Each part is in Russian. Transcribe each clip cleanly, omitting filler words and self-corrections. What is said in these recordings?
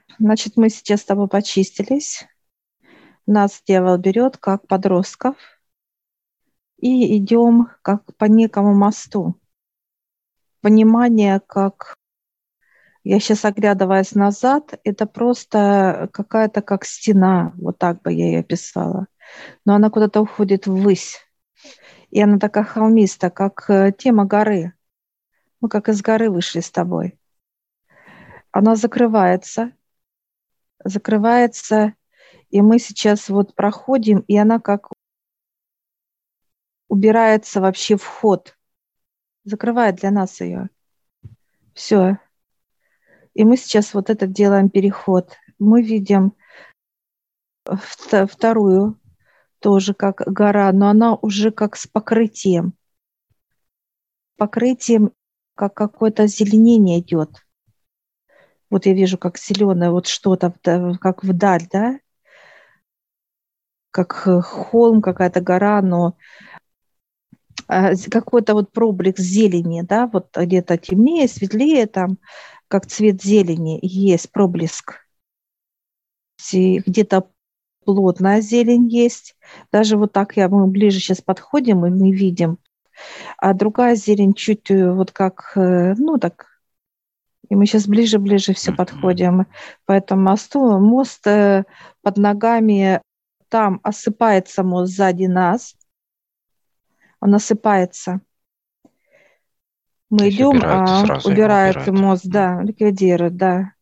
Значит, мы сейчас с тобой почистились. Нас дьявол берет как подростков и идем как по некому мосту. Понимание, как я сейчас, оглядываясь назад, это просто какая-то как стена, вот так бы я ее описала. Но она куда-то уходит ввысь. И она такая холмистая, как тема горы. Мы как из горы вышли с тобой. Она закрывается, и мы сейчас вот проходим, и она как убирается вообще вход, закрывает для нас ее. Все. И мы сейчас вот это делаем переход. Мы видим вторую тоже как гора, но она уже как с покрытием. Покрытием, как какое-то озеленение идет. Вот я вижу, как зеленое вот что-то, как вдаль, да? Как холм, какая-то гора, но какой-то вот проблеск зелени, да? Вот где-то темнее, светлее там, как цвет зелени есть проблеск. Где-то плотная зелень есть. Даже вот так мы ближе сейчас подходим, и мы видим. А другая зелень чуть вот как, ну так, и мы сейчас ближе-ближе все Мгм. подходим по этому мосту. Мост под ногами, там осыпается мост сзади нас, он осыпается. То Мы есть идем, убирают, а он сразу его убирает убирают. мост, да, ликвидирует, да.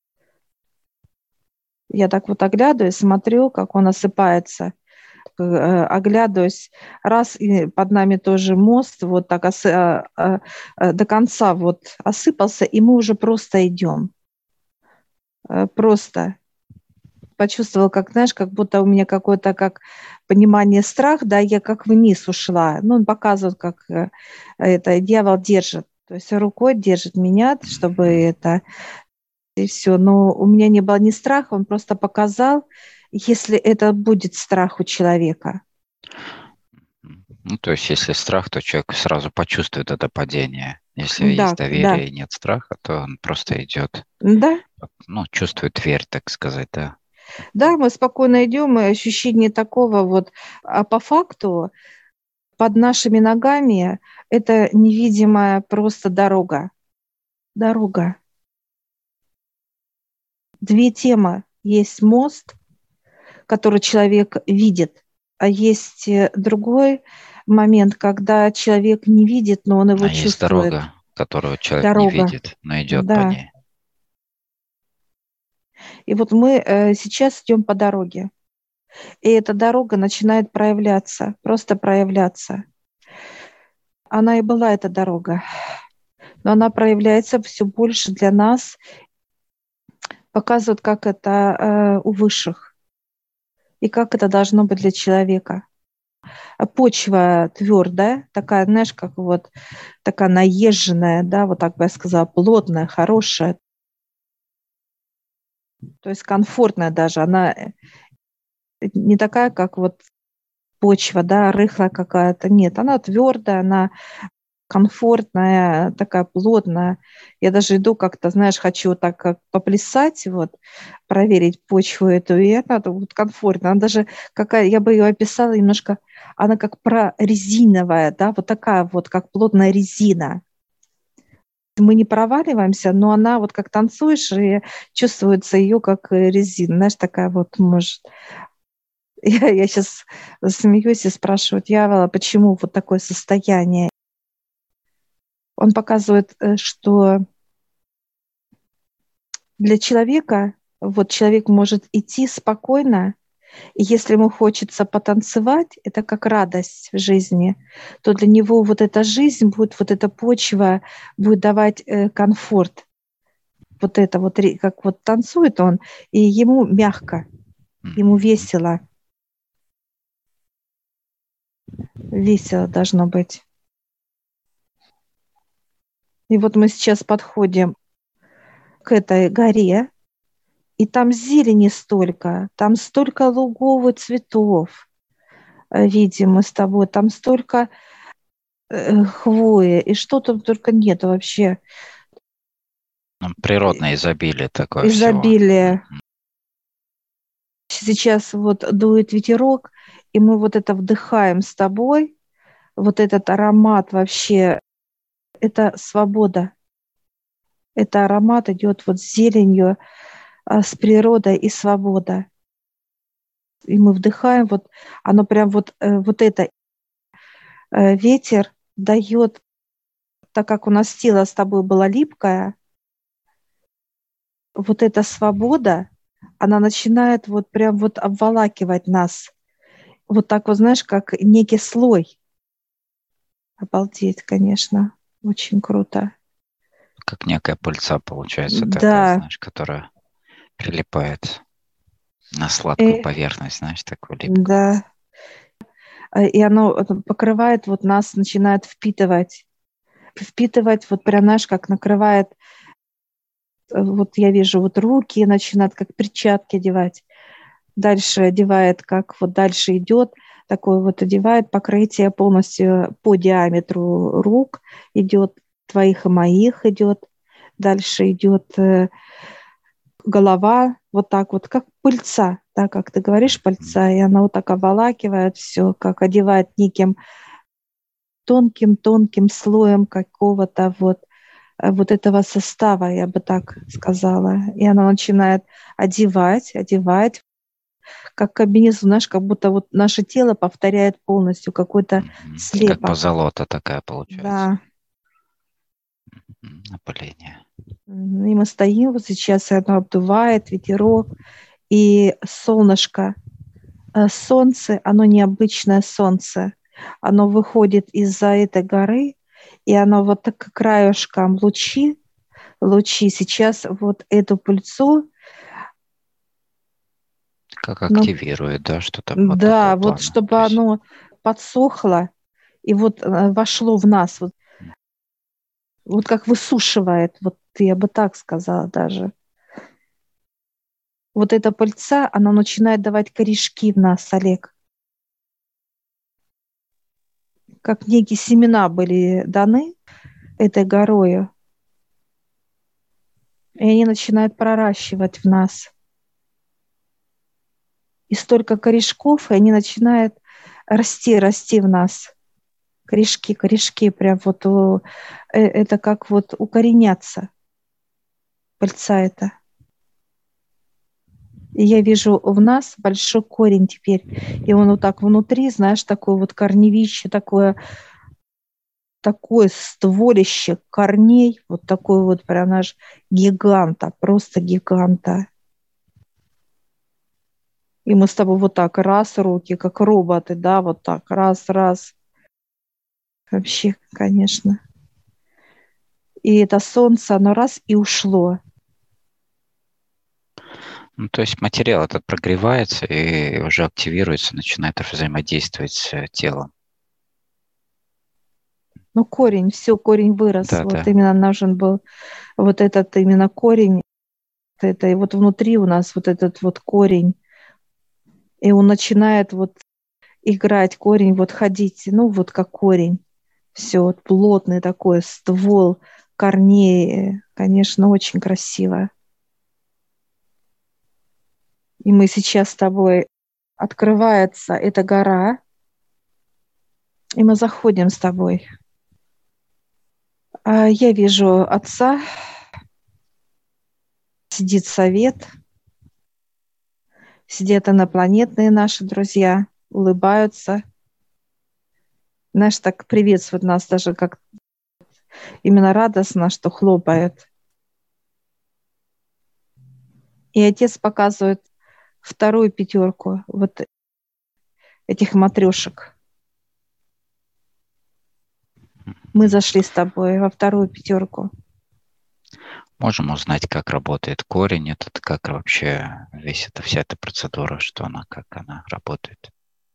Я так вот оглядываюсь, смотрю, как он осыпается. Оглядываюсь, раз, и под нами тоже мост, вот так до конца вот осыпался, и мы уже просто идем. Просто почувствовала, как, знаешь, как будто у меня какое-то как понимание страх, да, я как вниз ушла. Ну, он показывает, как это дьявол держит. То есть рукой держит меня, чтобы Мгм. это, и все. Но у меня не было ни страха, он просто показал, если это будет страх у человека. Ну, то есть, если страх, то человек сразу почувствует это падение. Если есть Да, да, доверие и нет страха, то он просто идет, да, ну, чувствует дверь, так сказать, да. да, мы спокойно идем, и ощущение такого вот, а по факту под нашими ногами это невидимая просто дорога. Дорога. Две темы. Есть мост, который человек видит, а есть другой момент, когда человек не видит, но он его А есть чувствует. дорога, которую человек не Дорога. видит, но идет по Да. ней. И вот мы сейчас идем по дороге. И эта дорога начинает проявляться, просто проявляться. Она и была, эта дорога. Но она проявляется все больше для нас, показывает, как это у высших и как это должно быть для человека. Почва твердая, такая, знаешь, как вот такая наезженная, да, вот так бы я сказала, плотная, хорошая, то есть комфортная даже. Она не такая, как вот почва, да, рыхлая какая-то. Нет, она твердая, она комфортная, такая плотная. Я даже иду как-то, знаешь, хочу так как поплясать, вот, проверить почву эту, и она вот комфортная. Она даже какая, я бы ее описала немножко, она как прорезиновая, да, вот такая вот, как плотная резина. Мы не проваливаемся, но она вот как танцуешь, и чувствуется ее как резина, знаешь, такая вот, может. Я сейчас смеюсь и спрашиваю дьявола, почему вот такое состояние. Он показывает, что для человека, вот человек может идти спокойно, и если ему хочется потанцевать, это как радость в жизни, то для него вот эта жизнь будет, вот эта почва будет давать комфорт. Вот это вот, как вот танцует он, и ему мягко, ему Мгм. весело, весело должно быть. И вот мы сейчас подходим к этой горе, и там зелени столько, там столько лугов и цветов, видим мы с тобой, там столько хвои, и что там только нет вообще. Ну, природное изобилие такое всего. изобилие. Сейчас вот дует ветерок, и мы вот это вдыхаем с тобой, вот этот аромат вообще, это свобода. Это аромат идет вот с зеленью, с природой и свобода. И мы вдыхаем, вот оно прям вот, вот это ветер дает, так как у нас тело с тобой была липкая, вот эта свобода, она начинает вот прям вот обволакивать нас. Вот так вот, знаешь, как некий слой. Обалдеть, конечно. Очень круто. Как некая пыльца получается такая, Да. знаешь, которая прилипает на сладкую И, поверхность, знаешь, такую липкую. да. И оно покрывает вот нас, начинает впитывать. Впитывать, вот прям, знаешь, как накрывает, вот я вижу, вот руки начинают как перчатки одевать. Дальше одевает, как вот дальше идет, такое вот одевает покрытие полностью по диаметру рук, идет твоих и моих идет. Дальше идет голова, вот так вот, как пыльца, да, как ты говоришь, пыльца, и она вот так обволакивает все, как одевает неким тонким-тонким слоем какого-то вот этого состава, я бы так сказала. И она начинает одевать, как комбинезон, знаешь, как будто вот наше тело повторяет полностью какой-то Как слепок. позолота такая получается. Да. Напыление. И мы стоим вот сейчас, и оно обдувает, ветерок, и солнышко. Солнце, оно необычное солнце. Оно выходит из-за этой горы, и оно вот так краешком лучи сейчас вот эту пыльцу, Как ну, активирует, да, что-то вот такого да, вот плана. То чтобы есть, оно подсохло и вот вошло в нас, вот как высушивает, вот я бы так сказала даже. Вот эта пыльца, она начинает давать корешки в нас, Олег. Как некие семена были даны этой горою, и они начинают проращивать в нас. И столько корешков, и они начинают расти в нас. Корешки, прям вот это как вот укореняться, пыльца это. И я вижу в нас большой корень теперь. И он вот так внутри, знаешь, такое вот корневище, такое стволище корней, вот такой вот прям наш гиганта, просто гиганта. И мы с тобой вот так раз руки, как роботы, да, вот так раз. Вообще, конечно. И это солнце, оно раз и ушло. ну, то есть материал этот прогревается и уже активируется, начинает взаимодействовать с телом. Ну, корень, все, корень вырос. Да, Вот да. именно нужен был вот этот именно корень. Это, и вот внутри у нас вот этот вот корень. И он начинает вот играть, корень вот ходить, ну, вот как корень. Все, вот плотный такой ствол корней. Конечно, очень красиво. И мы сейчас с тобой открывается эта гора, и мы заходим с тобой. А я вижу отца, сидит совет, сидят инопланетные наши друзья, улыбаются. Знаешь, так приветствуют нас даже как именно радостно, что хлопают. И отец показывает вторую пятерку вот этих матрешек. Мы зашли с тобой во вторую пятерку. Можем узнать, как работает корень этот, как вообще вся эта процедура, что она, как она работает.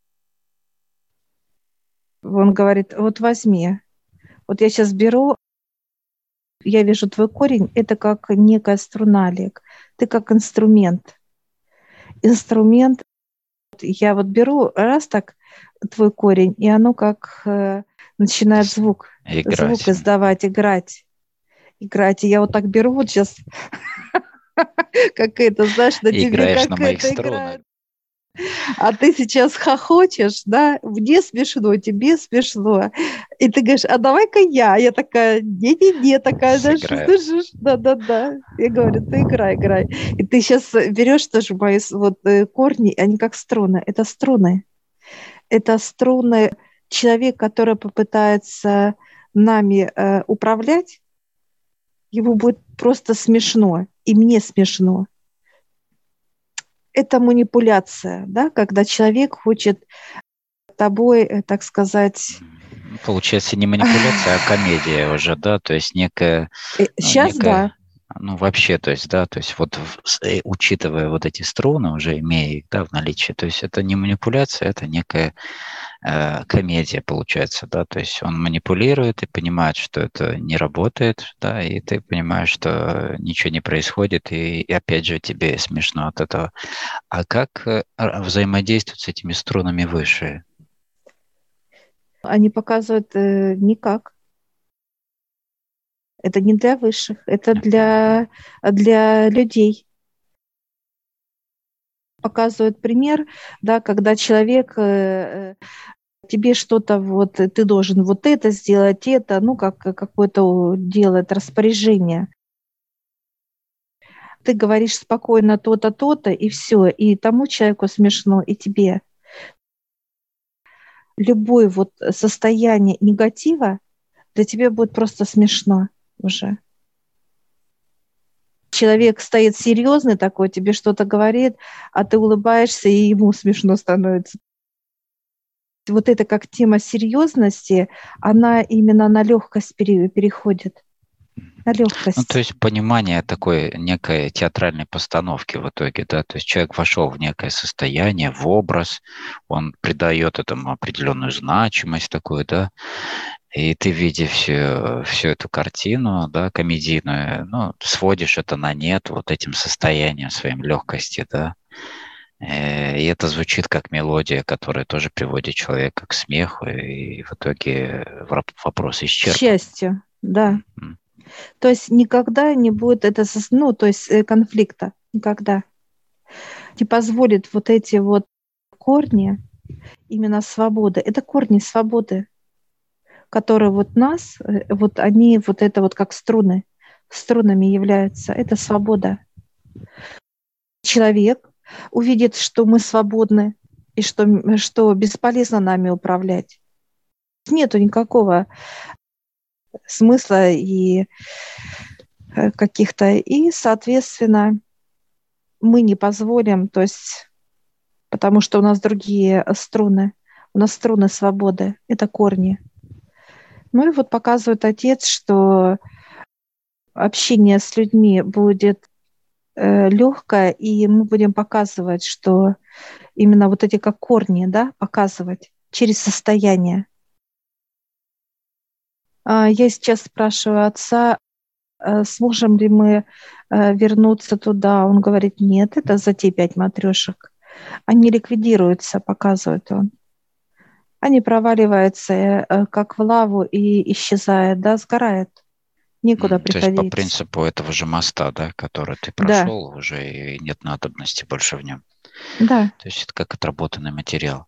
Он говорит, вот возьми. Вот я сейчас беру, я вижу твой корень, это как некая струна, Олег. Ты как инструмент. Инструмент, я вот беру раз так твой корень, и оно как начинает звук Играть. издавать, играть. играть. И я вот так беру вот сейчас, как это, знаешь, на тебе Играешь на как моих это струнах. играет. А ты сейчас хохочешь, да? Мне смешно, тебе смешно. И ты говоришь, а давай-ка я. Я такая, не-не-не, такая, знаешь, Сыграю. слышишь? Да-да-да. Я говорю, ты играй, играй. И ты сейчас берешь тоже мои корни, они как струны. Это струны. Это струны. Человек, который попытается нами управлять, ему будет просто смешно. И мне смешно. Это манипуляция, да, когда человек хочет тобой, так сказать. Получается не манипуляция, а комедия уже, да, то есть некая, ну, Сейчас да. некая, ну, вообще, то есть, да, то есть вот учитывая вот эти струны, уже имея их, да, в наличии, то есть это не манипуляция, это некая комедия получается, да, то есть он манипулирует и понимает, что это не работает, да, и ты понимаешь, что ничего не происходит, и опять же тебе смешно от этого. А как взаимодействовать с этими струнами выше? Они показывают никак. Это не для высших, это для людей. Показывают пример, да, когда человек тебе что-то вот, ты должен вот это сделать, это, ну, как какое-то делает распоряжение. Ты говоришь спокойно то-то, то-то, и все. И тому человеку смешно, и тебе. Любое вот состояние негатива для тебя будет просто смешно уже. Человек стоит серьезный такой, тебе что-то говорит, а ты улыбаешься, и ему смешно становится. Вот это как тема серьезности, она именно на легкость переходит. На Ну, то легкость. есть понимание такой некой театральной постановки в итоге, да, то есть человек вошел в некое состояние, в образ, он придает этому определенную значимость такую, да, и ты, видя всю эту картину, да, комедийную, ну, сводишь это на нет вот этим состоянием своим легкости, да, и это звучит как мелодия, которая тоже приводит человека к смеху, и в итоге вопрос К исчерпан. счастью, да. Мгм. То есть никогда не будет это, ну, то есть конфликта. Никогда. Не позволит вот эти вот корни, именно свободы. Это корни свободы, которые вот нас, вот они вот это вот как струны, струнами являются. Это свобода. Человек увидит, что мы свободны и что бесполезно нами управлять. Нету никакого смысла и каких-то. И, соответственно, мы не позволим, то есть, потому что у нас другие струны, у нас струны свободы, это корни. Ну и вот показывает отец, что общение с людьми будет легкое, и мы будем показывать, что именно вот эти как корни, да, показывать через состояние. Я сейчас спрашиваю отца, сможем ли мы вернуться туда. Он говорит, нет, это за те 5 матрешек. Они ликвидируются, показывает он. Они проваливаются, как в лаву, и исчезают, да, сгорают. Некуда То есть по приходить. принципу этого же моста, да, который ты Да, прошел уже, и нет надобности больше в нем. да. То есть это как отработанный материал.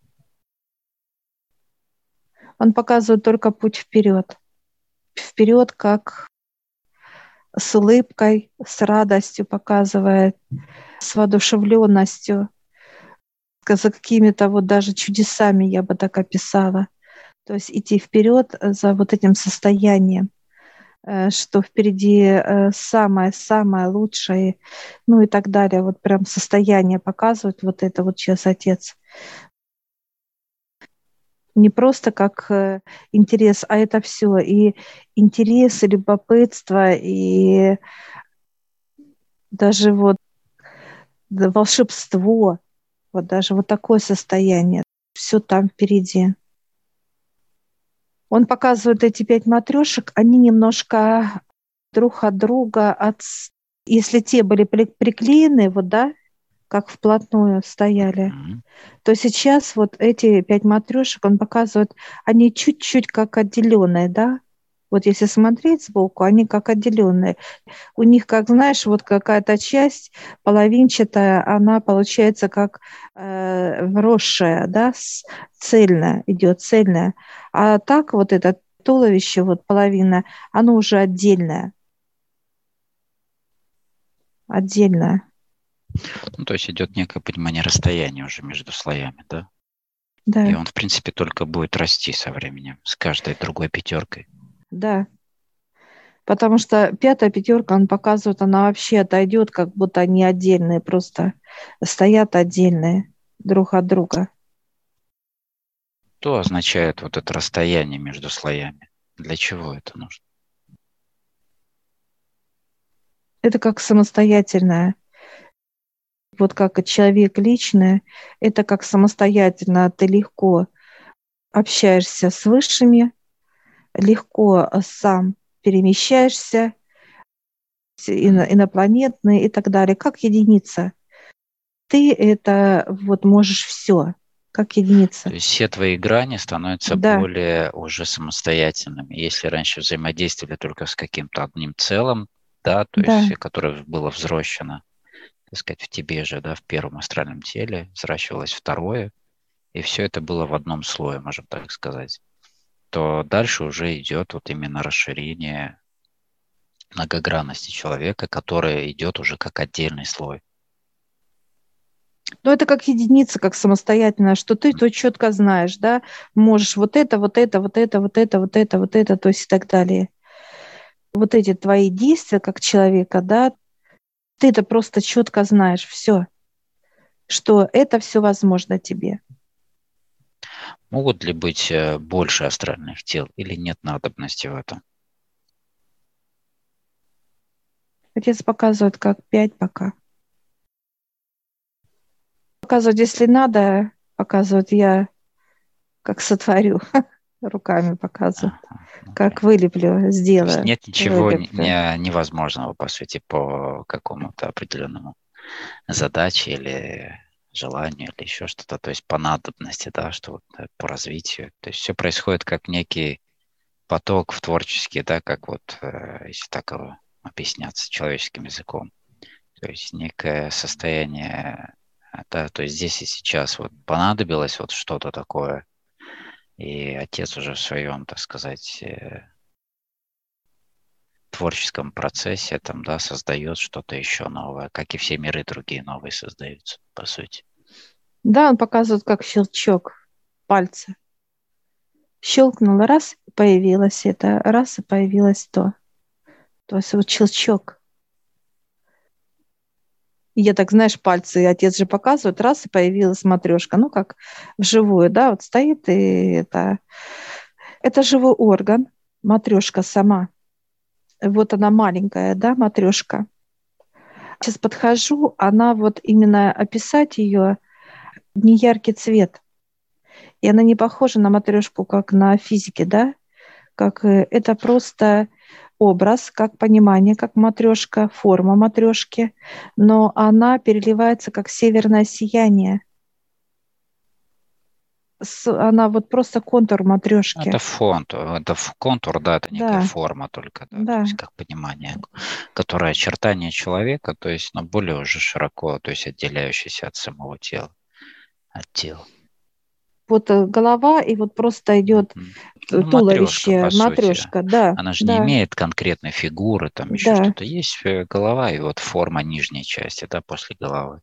Он показывает только путь вперед. Вперед, как с улыбкой, с радостью показывает, с воодушевленностью, за какими-то вот даже чудесами, я бы так описала. То есть идти вперед за вот этим состоянием, что впереди самое-самое лучшее, ну и так далее. Вот прям состояние показывает вот это вот сейчас отец. Не просто как интерес, а это все и интерес, и любопытство, и даже вот волшебство, вот даже вот такое состояние. Все там впереди. Он показывает эти 5 матрешек, они немножко друг от друга, если те были приклеены, вот, да, как вплотную стояли, Мгм. то сейчас вот эти 5 матрешек он показывает, они чуть-чуть как отделенные, да, Вот если смотреть сбоку, они как отделенные. У них, как знаешь, вот какая-то часть половинчатая, она получается как вросшая, да, цельная, идет цельная. А так вот это туловище, вот половина, оно уже отдельное, отдельное. Ну, то есть идет некое понимание расстояния уже между слоями, да? И Да, он, в принципе, только будет расти со временем, с каждой другой пятеркой. да. Потому что пятая пятерка, он показывает, она вообще отойдет, как будто они отдельные, просто стоят отдельные друг от друга. Что означает вот это расстояние между слоями? Для чего это нужно? Это как самостоятельное. Вот как и человек личное, это как самостоятельно ты легко общаешься с высшими, легко сам перемещаешься, инопланетные и так далее, как единица. Ты это вот можешь все, как То единица. есть все твои грани становятся Да, более уже самостоятельными. Если раньше взаимодействовали только с каким-то одним целым, да, то есть да. которое было взрощено, так сказать, в тебе же, да, в первом астральном теле, взращивалось второе, и все это было в одном слое, можем так сказать, то дальше уже идет вот именно расширение многогранности человека, которое идет уже как отдельный слой. Но это как единица, как самостоятельно, что ты то четко знаешь, да, можешь вот это, вот это, вот это, вот это, вот это, вот это, то есть и так далее. Вот эти твои действия как человека, да, ты это просто четко знаешь, все, что это все возможно тебе. Могут ли быть больше астральных тел или нет надобности в этом? Отец показывает как 5 пока. Показывает, если надо, показывает я, как сотворю, руками показывает, как Окей. вылеплю, То есть сделаю, нет ничего вылеплю. невозможного, по сути, по какому-то определенному задаче или желанию, или еще что-то, то есть по надобности, да, что вот по развитию. То есть все происходит как некий поток в творческий, да, как вот, если так его объясняться человеческим языком. То есть некое состояние, да, то есть здесь и сейчас вот понадобилось вот что-то такое, и отец уже в своем, так сказать, творческом процессе там, да, создает что-то еще новое, как и все миры другие новые создаются, по сути. Да, он показывает как щелчок пальца. Щелкнуло, раз, появилось это, раз, и появилось то. То есть вот щелчок. И я так, знаешь, пальцы, отец же показывает, раз, и появилась матрешка. Ну, как вживую, да, вот стоит, и это живой орган, матрешка сама. Вот она маленькая, да, матрешка. Сейчас подхожу, она вот именно описать ее неяркий цвет. И она не похожа на матрешку, как на физике, да, как это просто образ, как понимание, как матрешка, форма матрешки, но она переливается как северное сияние. Она вот просто контур матрешки. Это фон, контур, да, это некая Да, форма только, да, то есть да. как понимание, которое очертание человека, то есть, но более уже широко, то есть отделяющееся от самого тела, от тела. Вот голова, и вот просто идет Мгм. Ну, матрешка, туловище, по сути. матрешка, да, Она же не да, имеет конкретной фигуры, там еще да. что-то. Есть голова и вот форма нижней части, да, после головы.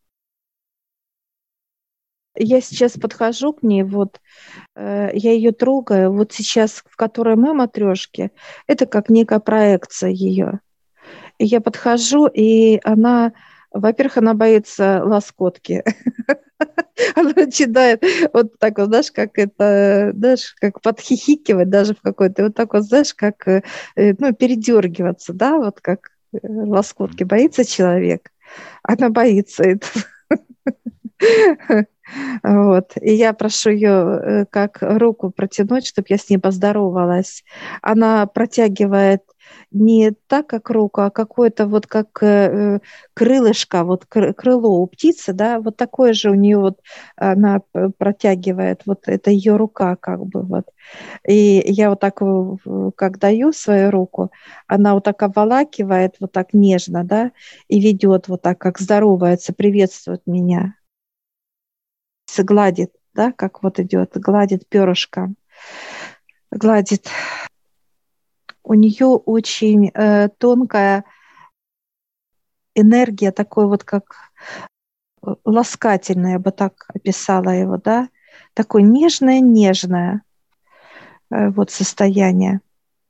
Я сейчас подхожу к ней, вот я ее трогаю, вот сейчас, в которой мы матрешки, это как некая проекция ее. И я подхожу, и она, во-первых, она боится лоскотки. Она начинает вот так вот, знаешь, как это, знаешь, как подхихикивать даже в какой-то, вот так вот, знаешь, как, ну, передергиваться, да, вот как лоскутки. Боится человек, она боится этого. Вот. И я прошу ее как руку протянуть, чтобы я с ней поздоровалась. Она протягивает не так, как руку, а какое-то вот как крылышко, вот крыло у птицы, да, вот такое же у нее вот она протягивает, вот это ее рука как бы вот. И я вот так, как даю свою руку, она вот так обволакивает, вот так нежно, да, и ведет вот так, как здоровается, приветствует меня, гладит, да, как вот идет, гладит перышко, гладит. У нее очень тонкая энергия, такой вот как ласкательная, я бы так описала его, да, такое нежное-нежное вот состояние.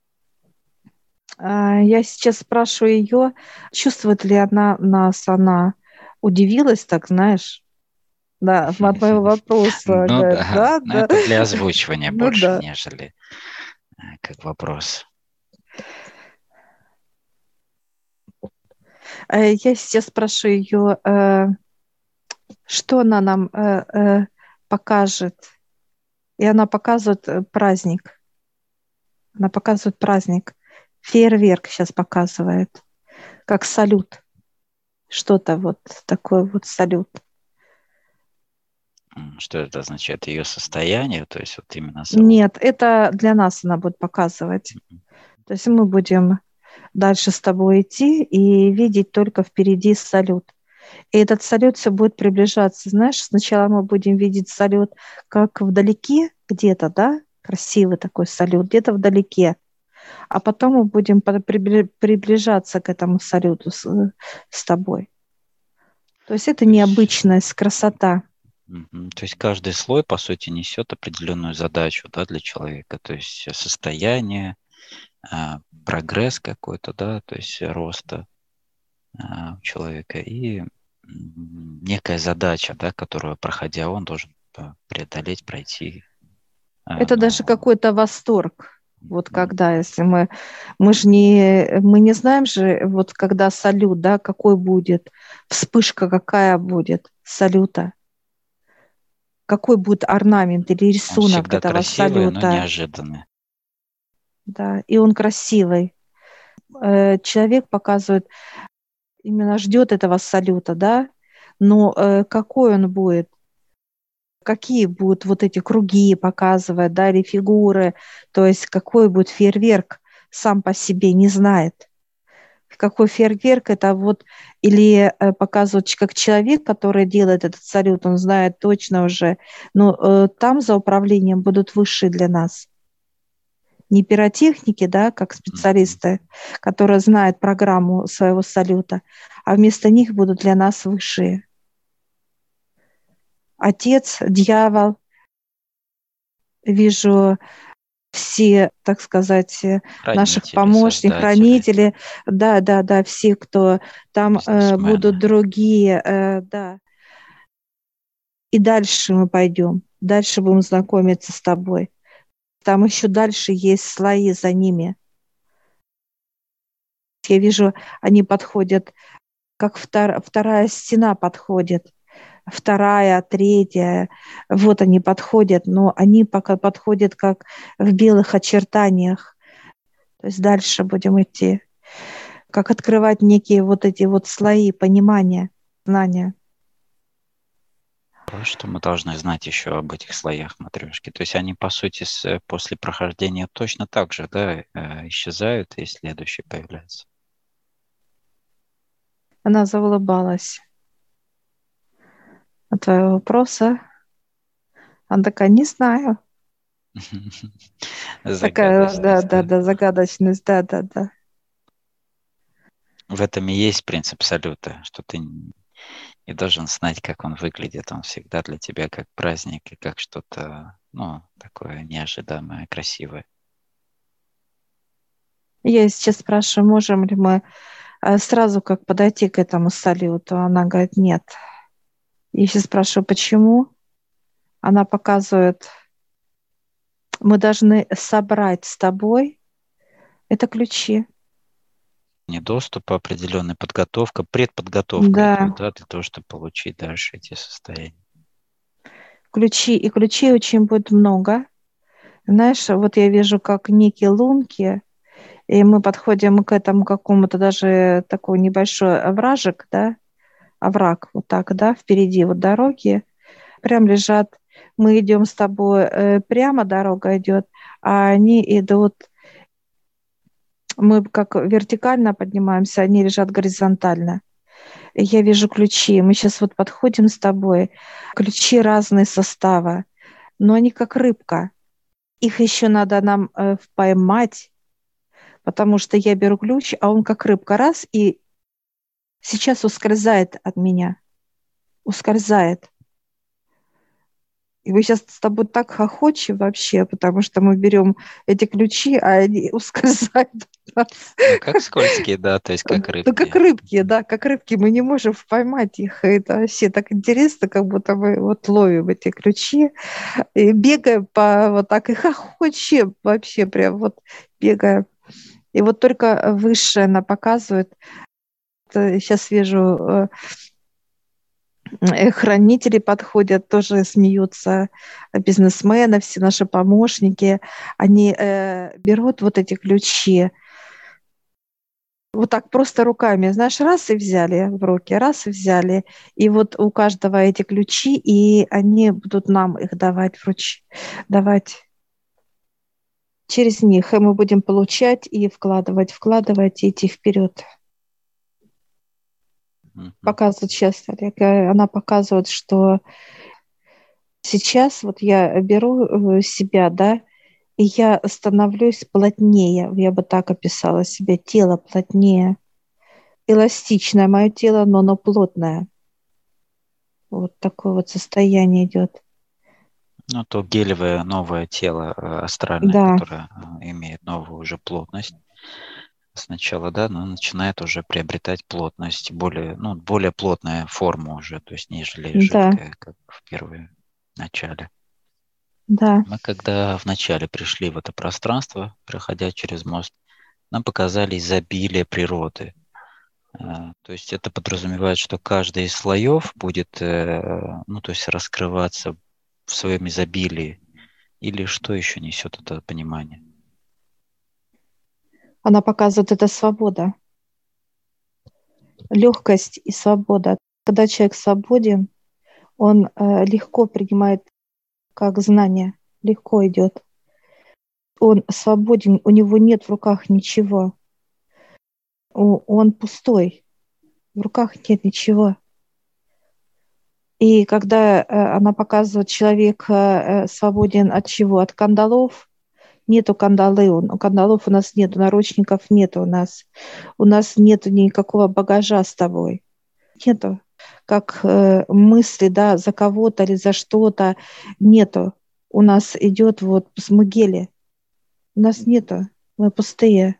Я сейчас спрашиваю ее, чувствует ли она нас, она удивилась, так знаешь, да, от моего вопроса, Ну говорит, да, да, но да, это для озвучивания ну больше, да. нежели как вопрос. Я сейчас спрашиваю ее, что она нам покажет, и она показывает праздник, она показывает праздник, фейерверк сейчас показывает, как салют, что-то вот такое вот салют. Что это означает? Ее состояние, то есть вот именно Нет, это для нас она будет показывать. То есть мы будем дальше с тобой идти и видеть только впереди салют. И этот салют все будет приближаться. Знаешь, сначала мы будем видеть салют как вдалеке где-то, да, красивый такой салют, где-то вдалеке. А потом мы будем приближаться к этому салюту с тобой. То есть это То есть, необычность, красота. То есть каждый слой, по сути, несет определенную задачу, да, для человека. То есть состояние, прогресс какой-то, да, то есть роста у человека и некая задача, да, которую, проходя, он должен преодолеть, пройти. Это даже Ну, какой-то восторг. Вот когда, если мы же мы не знаем же, вот когда салют, да, какой будет, вспышка какая будет салюта, какой будет орнамент или он рисунок всегда этого красивый, но салюта, неожиданный. да, и он красивый. Человек показывает, именно ждет этого салюта, да, но какой он будет, какие будут вот эти круги показывать, да, или фигуры, то есть какой будет фейерверк, сам по себе не знает. Какой фейерверк это вот, или показывают как человек, который делает этот салют, он знает точно уже, но там за управлением будут высшие для нас. Не пиротехники, да, как Мгм. специалисты, которые знают программу своего салюта, а вместо них будут для нас высшие. Отец, дьявол, вижу все, так сказать, наших Хранители, помощников, создатели, хранители, да, да, да, все, кто там будут бизнесмены. другие, да. И дальше мы пойдем, дальше будем знакомиться с тобой. Там еще дальше есть слои за ними. Я вижу, они подходят, как вторая стена подходит, вторая, третья, вот они подходят, но они пока подходят как в белых очертаниях. То есть дальше будем идти. Как открывать некие вот эти вот слои понимания, знания. Что мы должны знать еще об этих слоях матрешки? То есть они, по сути, после прохождения точно так же, да, исчезают, и следующие появляются. Она заулыбалась от твоего вопроса. Она такая, не знаю. Такая, да, Загадочность, да, да? да, загадочность, да, да, да. В этом и есть принцип салюта, что ты не должен знать, как он выглядит. Он всегда для тебя как праздник и как что-то, ну, такое неожиданное, красивое. Я сейчас спрашиваю, можем ли мы сразу как подойти к этому салюту. Она говорит, нет. Я сейчас спрашиваю, почему? Она показывает, мы должны собрать с тобой, это ключи. Не доступ, а определенная подготовка, предподготовка Да, идет, да, для того, чтобы получить дальше эти состояния. и ключей очень будет много. Знаешь, вот я вижу, как некие лунки, и мы подходим к этому какому-то даже такой небольшой овражек, да, овраг, вот так, да, впереди вот дороги, прям лежат, мы идем с тобой, прямо дорога идет, а они идут, мы как вертикально поднимаемся, они лежат горизонтально. И я вижу ключи, мы сейчас вот подходим с тобой, ключи разные состава, но они как рыбка. Их еще надо нам поймать, потому что я беру ключ, а он как рыбка раз и сейчас ускользает от меня, ускользает. И мы сейчас с тобой так хохочем вообще, потому что мы берем эти ключи, а они ускользают от нас. Ну, как скользкие, да, то есть как Ну, как рыбки. рыбки, да, как рыбки. Мы не можем поймать их. Это вообще так интересно, как будто мы вот ловим эти ключи и бегаем по вот так и хохочем вообще прям вот бегаем. И вот только высшее она показывает. Сейчас вижу, хранители подходят, тоже смеются, бизнесмены, все наши помощники. Они берут вот эти ключи, вот так просто руками, знаешь, раз и взяли в руки, раз и взяли. И вот у каждого эти ключи, и они будут нам их давать, давать через них. И мы будем получать и вкладывать и идти вперед. Показывает сейчас, Олег, она показывает, что сейчас вот я беру себя, да, и я становлюсь плотнее, я бы так описала себя, тело плотнее, эластичное мое тело, но оно плотное. Вот такое вот состояние идет. Ну, то гелевое новое тело астральное, Да, которое имеет новую уже плотность сначала, да, но начинает уже приобретать плотность, более, ну, более плотная форма уже, то есть нежели да, жидкая, как в первом начале. да. Мы когда вначале пришли в это пространство, проходя через мост, нам показали изобилие природы. То есть это подразумевает, что каждый из слоев будет, ну, то есть раскрываться в своем изобилии. Или что еще несет это понимание? Она показывает, это свобода, легкость и свобода. Когда человек свободен, он легко принимает как знание, легко идет. Он свободен, у него нет в руках ничего. Он пустой, в руках нет ничего. И когда она показывает, человек свободен от чего? От кандалов. Нету кандалы, кандалов у нас нету, наручников нету у нас. У нас нету никакого багажа с тобой. Нету. Как мысли, да, за кого-то или за что-то. Нету. У нас идет вот смыгели. У нас нету. Мы пустые.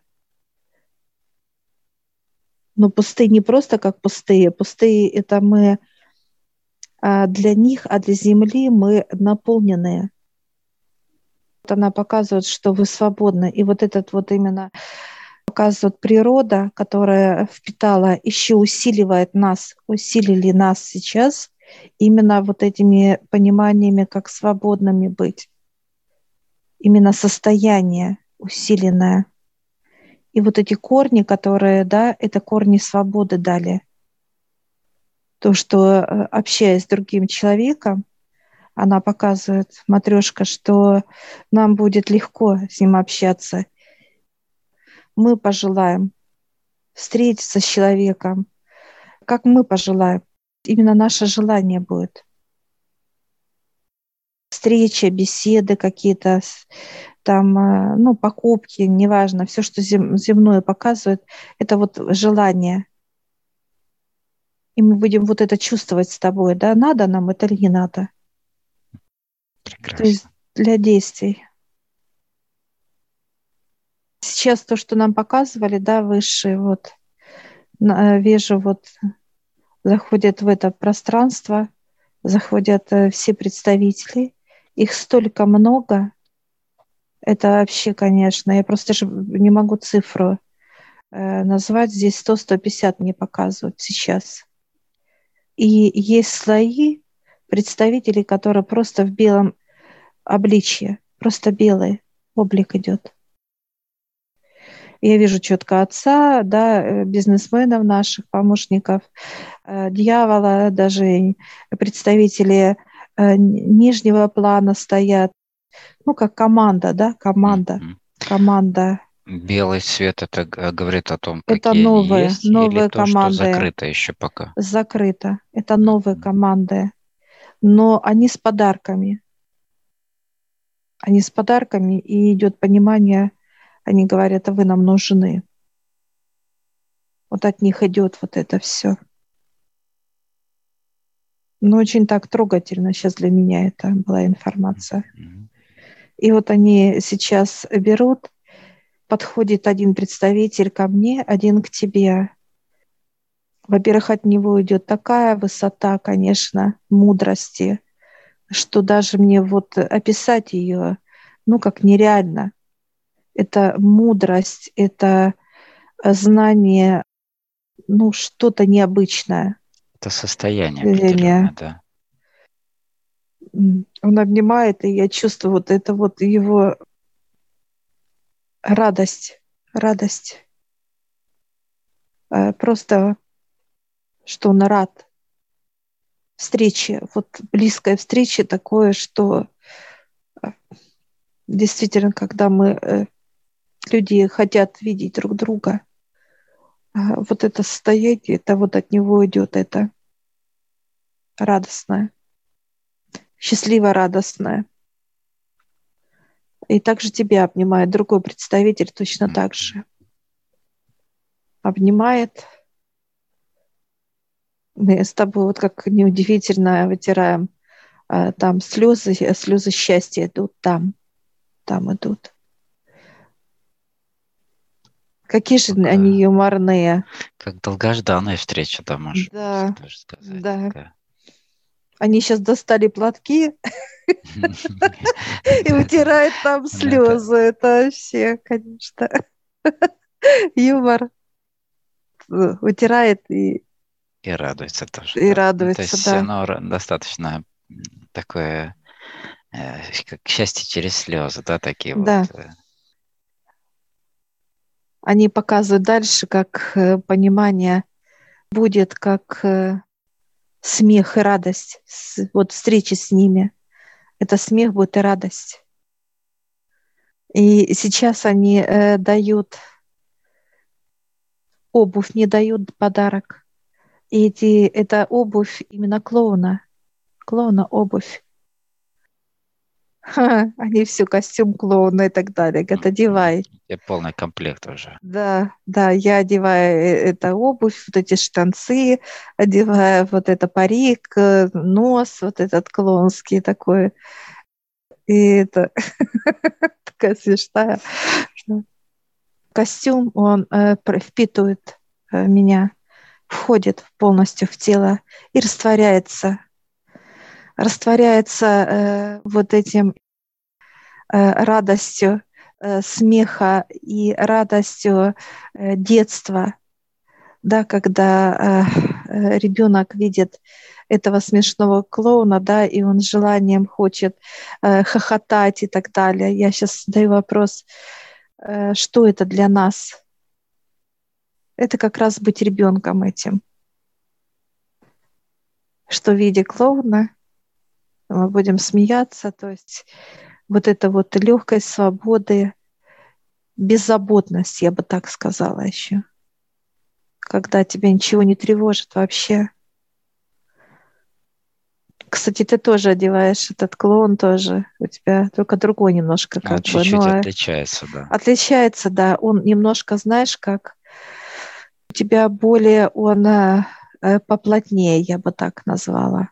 Но пустые не просто как пустые. Пустые это мы для них, а для Земли мы наполненные. Вот она показывает, что вы свободны. И вот этот вот именно показывает природа, которая впитала, еще усиливает нас, усилили нас сейчас именно вот этими пониманиями, как свободными быть. Именно состояние усиленное. И вот эти корни, которые, да, это корни свободы дали. То, что общаясь с другим человеком, она показывает, матрешка, что нам будет легко с ним общаться. Мы пожелаем встретиться с человеком, как мы пожелаем. Именно наше желание будет. Встречи, беседы какие-то, там, ну, покупки, неважно, все, что земное показывает, это вот желание. И мы будем вот это чувствовать с тобой, да, надо нам это или не надо. То есть Прекрасно. для действий. Сейчас то, что нам показывали, да, высшие, вот, вижу, вот, заходят в это пространство, заходят все представители, их столько много, это вообще, конечно, я просто же не могу цифру назвать, здесь 100-150 мне показывают сейчас. И есть слои, представителей, которые просто в белом обличье, просто белый облик идет. Я вижу четко отца, да, бизнесменов наших, помощников, дьявола, даже представители нижнего плана стоят. Ну, как команда, да, команда. Белый цвет это говорит о том, Это какие они есть, или новые то, что команды. закрыто еще пока? Закрыто. Это новые команды. Но они с подарками. Они с подарками, и идет понимание, они говорят, а вы нам нужны. Вот от них идет вот это все. Но очень так трогательно сейчас для меня это была информация. И вот они сейчас берут, подходит один представитель ко мне, один к тебе. Во-первых, от него идет такая высота, конечно, мудрости, что даже мне вот описать ее, ну, как нереально. Это мудрость, это знание, ну, что-то необычное. Это состояние определенное, да. Он обнимает, и я чувствую вот это вот его радость. Просто, что он рад встрече, вот близкой встрече такое, что действительно, когда люди хотят видеть друг друга, вот это состояние, это вот от него идет это радостное, счастливо радостное. И также тебя обнимает другой представитель точно так же. Обнимает. Мы с тобой, вот как неудивительно, вытираем там слезы счастья идут там идут. Какие же они юморные. Как долгожданная встреча, да, можно даже сказать. Да. Такая. Они сейчас достали платки и вытирают там слезы. Это вообще, конечно, юмор. Вытирает и радуется тоже. И да. радуется, То есть да. оно достаточно такое, как счастье через слезы, да, такие Да. вот. Они показывают дальше, как понимание будет, как смех и радость. Вот встречи с ними. Это смех будет и радость. И сейчас они дают обувь, не дают подарок. И это обувь именно клоуна. Клоуна обувь. Они все, костюм клоуна и так далее. Говорят, одевай. И полный комплект уже. Да, я одеваю эту обувь, вот эти штанцы, одеваю вот это парик, нос вот этот клоунский такой. И это такая смешная. Костюм, он впитывает меня, входит полностью в тело и растворяется. Растворяется вот этим радостью смеха и радостью детства, да, когда ребенок видит этого смешного клоуна, да, и он с желанием хочет хохотать и так далее. Я сейчас задаю вопрос, что это для нас? Это как раз быть ребенком этим, что в виде клоуна мы будем смеяться, то есть вот это вот легкость, свободы, беззаботность, я бы так сказала еще. Когда тебя ничего не тревожит вообще. Кстати, ты тоже одеваешь этот клоун тоже. У тебя только другой немножко как Он бы. чуть-чуть отличается, да. Отличается, да. Он немножко, знаешь, как у тебя более он поплотнее, я бы так назвала.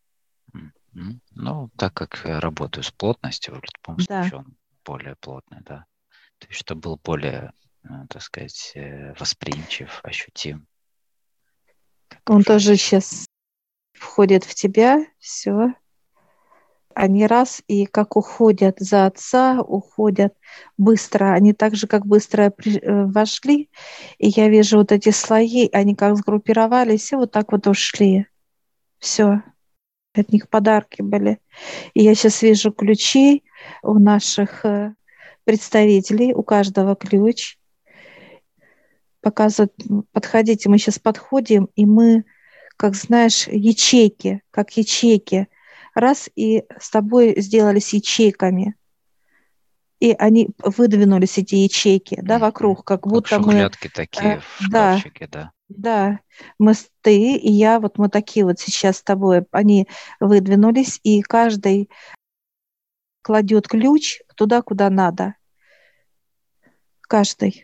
Ну, так как я работаю с плотностью, в любом случае он более плотный, да. То есть, чтобы был более, так сказать, восприимчив, ощутим. Он тоже сейчас входит в тебя, все. Они раз и как уходят за отца, уходят быстро. Они так же, как быстро вошли. И я вижу вот эти слои, они как сгруппировались и вот так вот ушли. Все. от них подарки были. И я сейчас вижу ключи у наших представителей, у каждого ключ. Показывают, подходите, мы сейчас подходим, и мы, как знаешь, ячейки, как ячейки. Раз, и с тобой сделались ячейками. И они выдвинулись, эти ячейки, да, вокруг, как будто мы... шухлядки такие в Да, шкафчике, да. да, ты и я, вот мы такие вот сейчас с тобой, они выдвинулись, и каждый кладет ключ туда, куда надо. Каждый.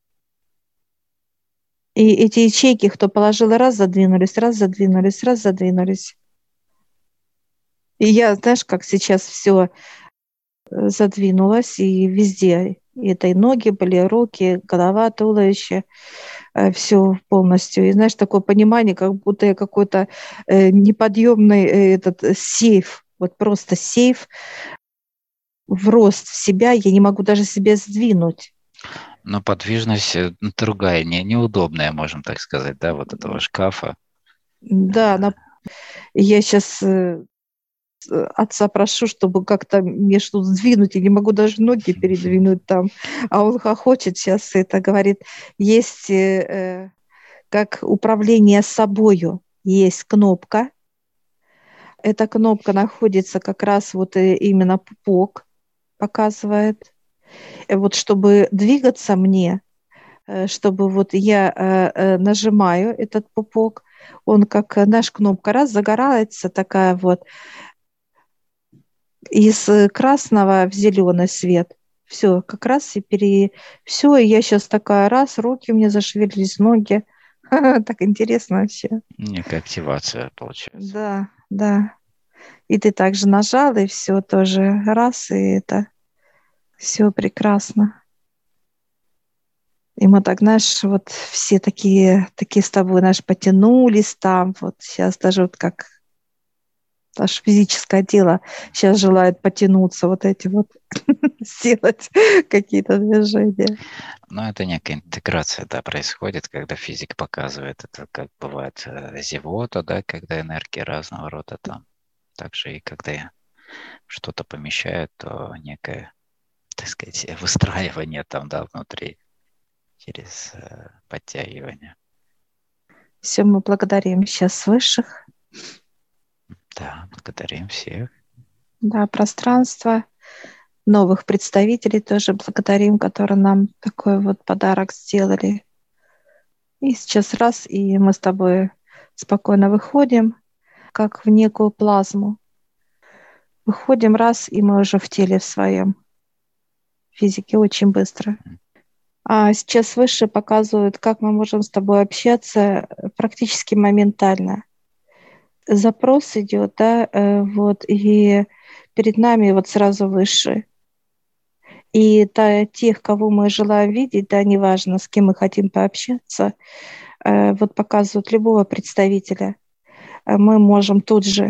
И эти ячейки, кто положил, раз задвинулись, раз задвинулись, раз задвинулись. И я, знаешь, как сейчас все задвинулось, и везде. И это и ноги были, руки, голова, туловище, все полностью. И знаешь, такое понимание, как будто я какой-то неподъемный этот сейф, вот просто сейф в рост в себя, я не могу даже себя сдвинуть. Но подвижность другая, неудобная, можем так сказать, да, вот этого шкафа. Да, я сейчас отца прошу, чтобы как-то мне что-то сдвинуть, я не могу даже ноги передвинуть там. А он хохочет сейчас, это говорит, есть как управление собою, есть кнопка. Эта кнопка находится как раз вот именно пупок показывает. Вот чтобы двигаться мне, чтобы вот я нажимаю этот пупок, он как наш кнопка раз загорается такая вот, из красного в зеленый свет. Все, как раз все, и я сейчас такая раз, руки у меня зашевелились, ноги. Так интересно вообще. Некая активация получается. Да, да. И ты также нажал, и все тоже раз, и это все прекрасно. И мы так, знаешь, вот все такие с тобой, знаешь, потянулись там, вот сейчас даже вот как аж физическое тело сейчас желает потянуться, вот эти вот сделать какие-то движения. Но это некая интеграция, да, происходит, когда физик показывает это, как бывает зевота, да, когда энергии разного рода там. Также и когда что-то помещают, то некое, так сказать, выстраивание там, да, внутри через подтягивание. Все, мы благодарим сейчас высших. Да, благодарим всех. Да, пространство. Новых представителей тоже благодарим, которые нам такой вот подарок сделали. И сейчас раз, и мы с тобой спокойно выходим, как в некую плазму. Выходим раз, и мы уже в теле в своем физике очень быстро. А сейчас выше показывают, как мы можем с тобой общаться практически моментально. Запрос идет, да, вот, и перед нами вот сразу выше. И тех, кого мы желаем видеть, да, неважно, с кем мы хотим пообщаться, вот показывают любого представителя, мы можем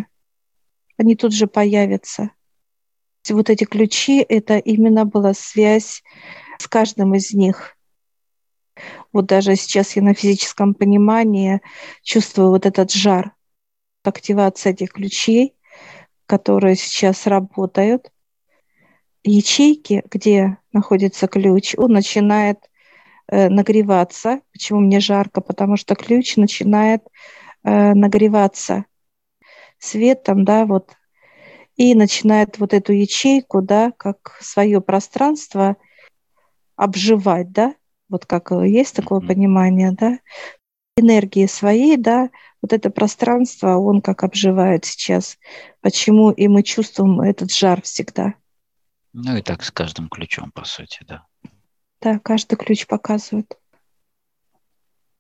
они тут же появятся. Вот эти ключи, это именно была связь с каждым из них. Вот даже сейчас я на физическом понимании чувствую вот этот жар, активация этих ключей, которые сейчас работают. Ячейки, где находится ключ, он начинает нагреваться. Почему мне жарко? Потому что ключ начинает нагреваться светом, да, вот, и начинает вот эту ячейку, да, как свое пространство обживать, да, вот как есть такое понимание, да, энергии своей, да, вот это пространство, он как обживает сейчас. Почему и мы чувствуем этот жар всегда. Ну и так с каждым ключом, по сути, да. Да, каждый ключ показывает.